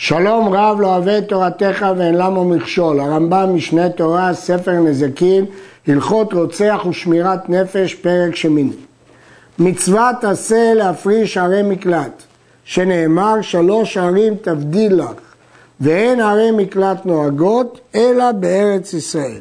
שלום רב לא אוהב תורתך ואין למה מכשול. הרמב"ם משנה תורה, ספר נזקין, הלכות רוצח ושמירת נפש, פרק שמיני. מצוות עשה להפריש ערי מקלט, שנאמר 3 ערים תבדיל לך, ואין ערי מקלט נוהגות אלא בארץ ישראל.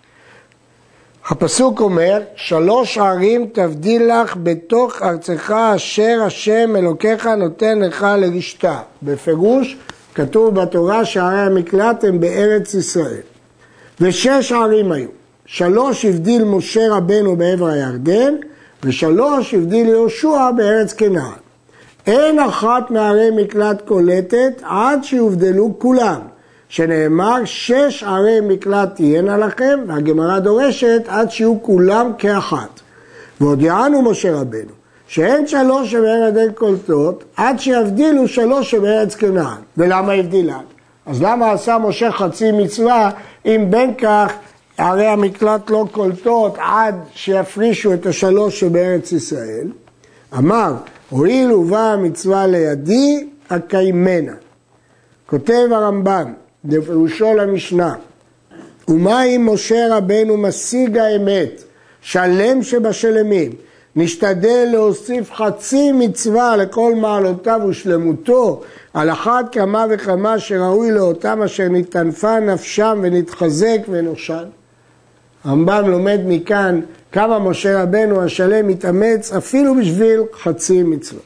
הפסוק אומר 3 ערים תבדיל לך בתוך ארצך אשר השם אלוקיך נותן לך לרשתה. בפירוש כתוב בתורה שערי המקלט הם בארץ ישראל. ו6 ערים היו. 3 הבדיל משה רבנו בעבר הירדן, ו3 הבדיל יהושע בארץ כנען. אין אחת מערי מקלט קולטת עד שיובדלו כולם, שנאמר 6 ערי מקלט תהיינה לכם, והגמרא דורשת עד שיהיו כולם כאחת. והודיענו משה רבנו שאין 3 שבארץ קולטות עד שיבדילו 3 שבארץ כנען. ולמה הבדילן? אז למה עשה משה חצי מצווה אם בין כך ערי המקלט לא קולטות עד שיפרישו את 3 שבארץ ישראל? אמר, הואיל ובאה המצווה לידי, אקיימנה. כותב הרמב"ם, בפירושו למשנה, ומה אם משה רבנו משיג האמת, שלם שבשלמים, נשתדל להוסיף חצי מצווה לכל מעלותיו ושלמותו, על אחת כמה וכמה שראוי לאותם אשר נתענפה נפשם ונתחזק ונושן. הרמב"ם לומד מכאן כמה משה רבנו השלם מתאמץ אפילו בשביל חצי מצווה.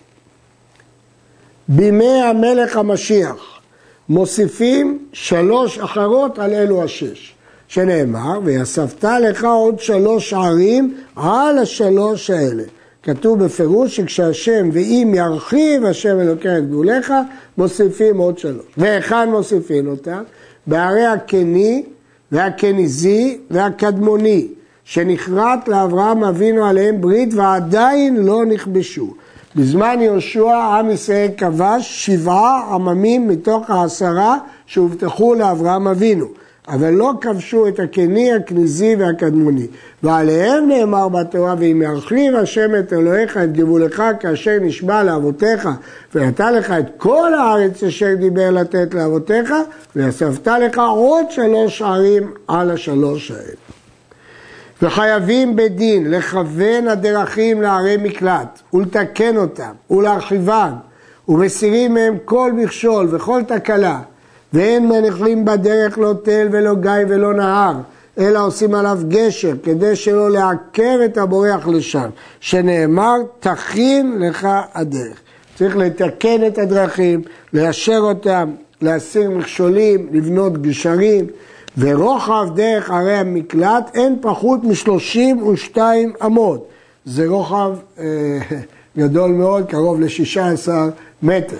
בימי המלך המשיח מוסיפים 3 אחרות על אלו 6, שנאמר, ויספת לך עוד 3 ערים על 3 האלה. כתוב בפירוש שכשהשם ואם ירחיב השם אלוקי את גבוליך, מוסיפים עוד 3. והיכן מוסיפים אותם? בערי הקני והקניזי והקדמוני, שנכרת לאברהם אבינו עליהם ברית ועדיין לא נכבשו. בזמן יהושע עם ישראל כבש 7 עממים מתוך 10 שהובטחו לאברהם אבינו, אבל לא כבשו את הקני, הכניזי והקדמוני. ועליהם נאמר בתורה, ואם ירחיב השם את אלוהיך את גבולך כאשר נשבע לאבותיך, ונתן לך את כל הארץ אשר דיבר לתת לאבותיך, ויספת לך עוד 3 ערים על 3 האלה. וחייבים בדין לכוון הדרכים לערי מקלט, ולתקן אותם, ולהרחיבם, ומסירים מהם כל מכשול וכל תקלה, ואין מניחים בדרך לא תל ולא גיא ולא נהר, אלא עושים עליו גשר, כדי שלא לעקר את הבורח לשם, שנאמר תכין לך הדרך. צריך לתקן את הדרכים, ליישר אותם, להסיר מכשולים, לבנות גשרים, ורוחב דרך ערי המקלט אין פחות מ32 אמות. זה רוחב גדול מאוד, קרוב ל16 מטר.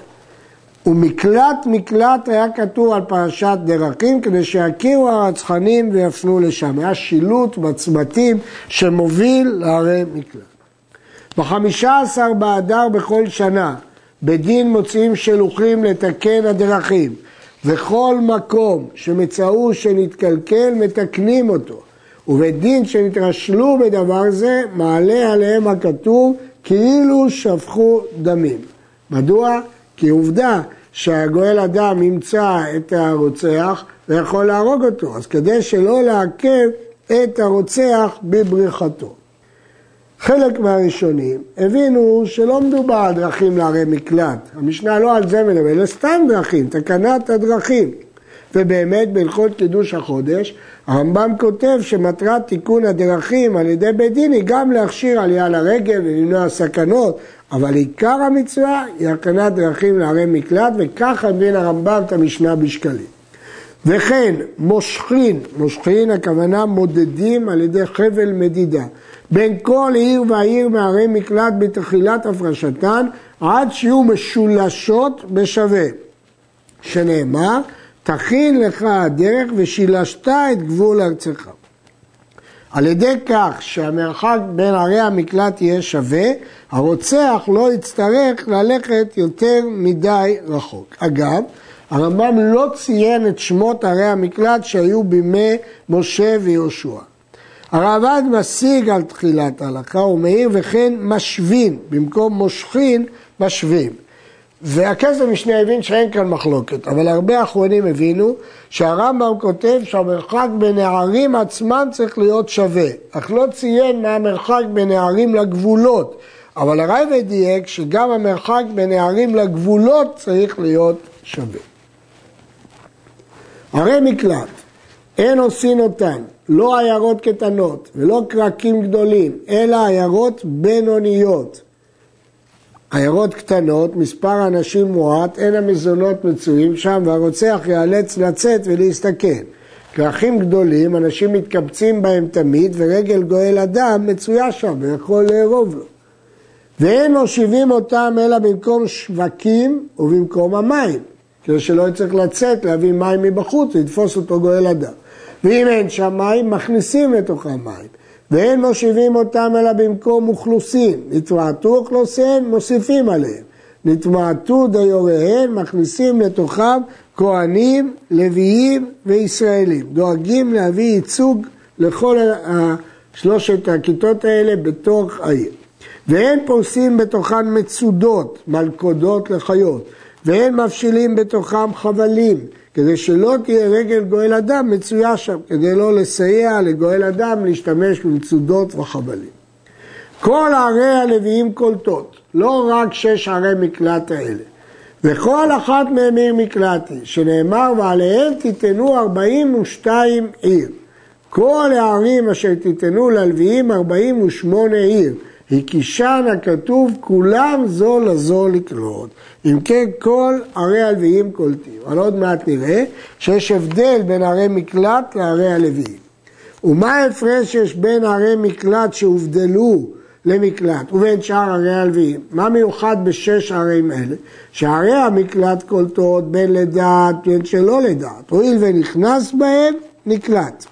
ומקלט היה כתוב על פרשת דרכים, כדי שיכירו הרצחנים ויפנו לשם. היה שילוט בצמתים שמוביל לערי מקלט. ב15 באדר בכל שנה, בדין מוציאים שלוחים לתקן הדרכים, וכל מקום שמצאו שנתקלקל מתקנים אותו, ובדין שנתרשלו בדבר זה מעלה עליהם הכתוב כאילו שפכו דמים. מדוע? כי עובדה שהגואל אדם ימצא את הרוצח ויכול להרוג אותו, אז כדי שלא לעכב את הרוצח בבריחתו. חלק מהראשונים הבינו שלא מדובר על דרכים לערי מקלט. המשנה לא על זה מדבר, אלא סתם דרכים, תקנת הדרכים. ובאמת בהלכות קידוש החודש, הרמב"ם כותב שמטרת תיקון הדרכים על ידי בית דין היא גם להכשיר עלייה לרגל ולמנוע סכנות, אבל עיקר המצווה היא הקנת דרכים לערי מקלט, וככה מבין הרמב"ם את המשנה בשקלים. וכן מושכין הכוונה מודדים על ידי חבל מדידה, בין כל עיר ועיר מערי מקלט בתחילת הפרשתן, עד שיהיו משולשות בשווה, שנאמר, תכין לך הדרך ושילשת את גבול ארצך. על ידי כך שהמרחק בין ערי המקלט יהיה שווה, הרוצח לא יצטרך ללכת יותר מדי רחוק. אגב, הרמב"ם לא ציין את שמות ערי המקלט שהיו בימי משה ויהושע. הרעב"ד משיג על תחילת ההלכה ומעיר וכן משווין, במקום מושכין משווים. והכסף משנה הבין שאין כאן מחלוקת, אבל הרבה אחרונים הבינו שהרמב"ם כותב שהמרחק בין הערים עצמם צריך להיות שווה, אך לא ציין מה המרחק בין הערים לגבולות, אבל הרייבד דייק שגם המרחק בין הערים לגבולות צריך להיות שווה. ערי מקלט, אין עושים אותן, לא עיירות קטנות ולא קרקים גדולים, אלא עיירות בינוניות. עיירות קטנות, מספר אנשים מועט, אין המזונות מצויים שם והרוצח ייאלץ לצאת ולהסתכן. קרחים גדולים, אנשים מתקבצים בהם תמיד ורגל גואל אדם מצויה שם ויכול לארוב לו. ואין מושיבים אותם אלא במקום שווקים ובמקום המים, כדי שלא יצטרך לצאת להביא מים מבחוץ ולתפוס אותו גואל אדם. ואם אין שם מים, מכניסים לתוך המים. ואין מושיבים אותם אלא במקום אוכלוסין. נתמעטו אוכלוסיין, מוסיפים עליהם. נתמעטו דיוריהן, מכניסים לתוכם כהנים, לוויים וישראלים. דואגים להביא ייצוג לכל שלושת הכיתות האלה בתוך העיר. ואין פורסים בתוכן מצודות, מלכודות לחיות. ואין מפשילים בתוכם חבלים, כדי שלא תהיה רגל גואל אדם מצויה שם, כדי לא לסייע לגואל אדם להשתמש במצודות וחבלים. כל ערי הלוויים קולטות, לא רק 6 ערי מקלט האלה, וכל אחת מהם עיר מקלטי, שנאמר ועליהם תיתנו 42 עיר. כל הערים אשר תיתנו ללוויים 48 עיר, הקישן הכתוב כולם זו לזו לקלוט. אם כן כל ערי הלוויים קולטים. אבל עוד מעט נראה שיש הבדל בין ערי מקלט לערי הלוויים. ומה ההפרש שיש בין ערי מקלט שהובדלו למקלט ובין שאר ערי הלוויים? מה מיוחד ב6 ערים אלה? שערי המקלט קולטות בין לדעת בין שלא לדעת. הואיל ונכנס בהם נקלט.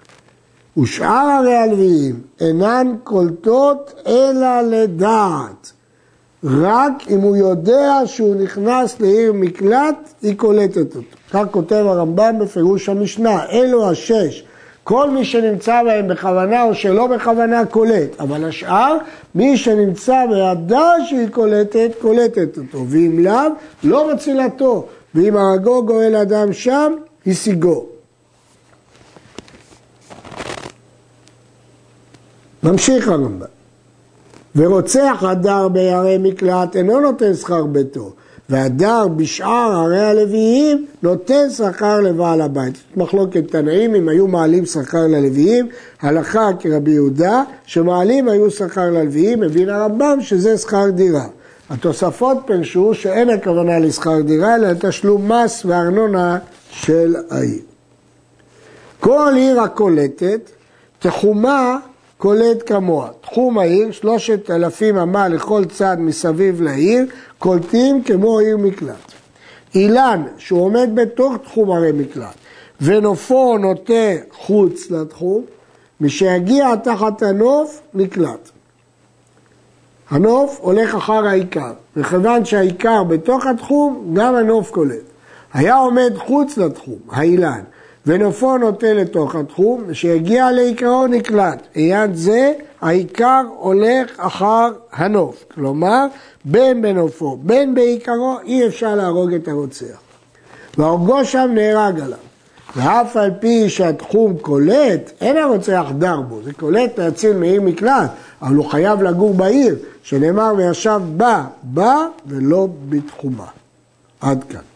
ושאר ערי הלוויים אינן קולטות אלא לדעת. רק אם הוא יודע שהוא נכנס לעיר מקלט, היא קולטת אותו. כך כותב הרמב"ם בפירוש המשנה. אלו 6. כל מי שנמצא בהם בכוונה או שלא בכוונה קולט. אבל השאר, מי שנמצא בידע שהיא קולטת, קולטת אותו. ואם לאו, לא מצילתו. ואם הרגו גואל אדם שם, השיגו. ממשיך הרמב"ם. ורוצח הדר בערי מקלט אינו נותן שכר ביתו, והדר בשאר ערי הלוויים נותן שכר לבעל הבית. מחלוקת תנאים אם היו מעלים שכר ללוויים, הלכה כרבי יהודה שמעלים היו שכר ללוויים, מבין הרמב"ם שזה שכר דירה. התוספות פרשו שאין הכוונה לשכר דירה אלא לתשלום מס וארנונה של העיר. כל עיר הקולטת תחומה קולט כמוה. תחום העיר, 3,000 אמה לכל צד מסביב לעיר, קולטים כמו עיר מקלט. אילן, שהוא עומד בתוך תחום ערי מקלט, ונופו נוטה חוץ לתחום, משיגיע תחת הנוף, נקלט. הנוף הולך אחר העיקר, וכיוון שהעיקר בתוך התחום, גם הנוף קולט. היה עומד חוץ לתחום, האילן, ונופו נוטה לתוך התחום, שיגיע לעיקרו נקלט. עניין זה, העיקר הולך אחר הנוף. כלומר, בין בנופו, בין בעיקרו, אי אפשר להרוג את הרוצח. והורגו שם נהרג עליו. ואף על פי שהתחום קולט, אין הרוצח דר בו. זה קולט להציל מעיר מקלט, אבל הוא חייב לגור בעיר, שנאמר וישב בה ולא בתחומה. עד כאן.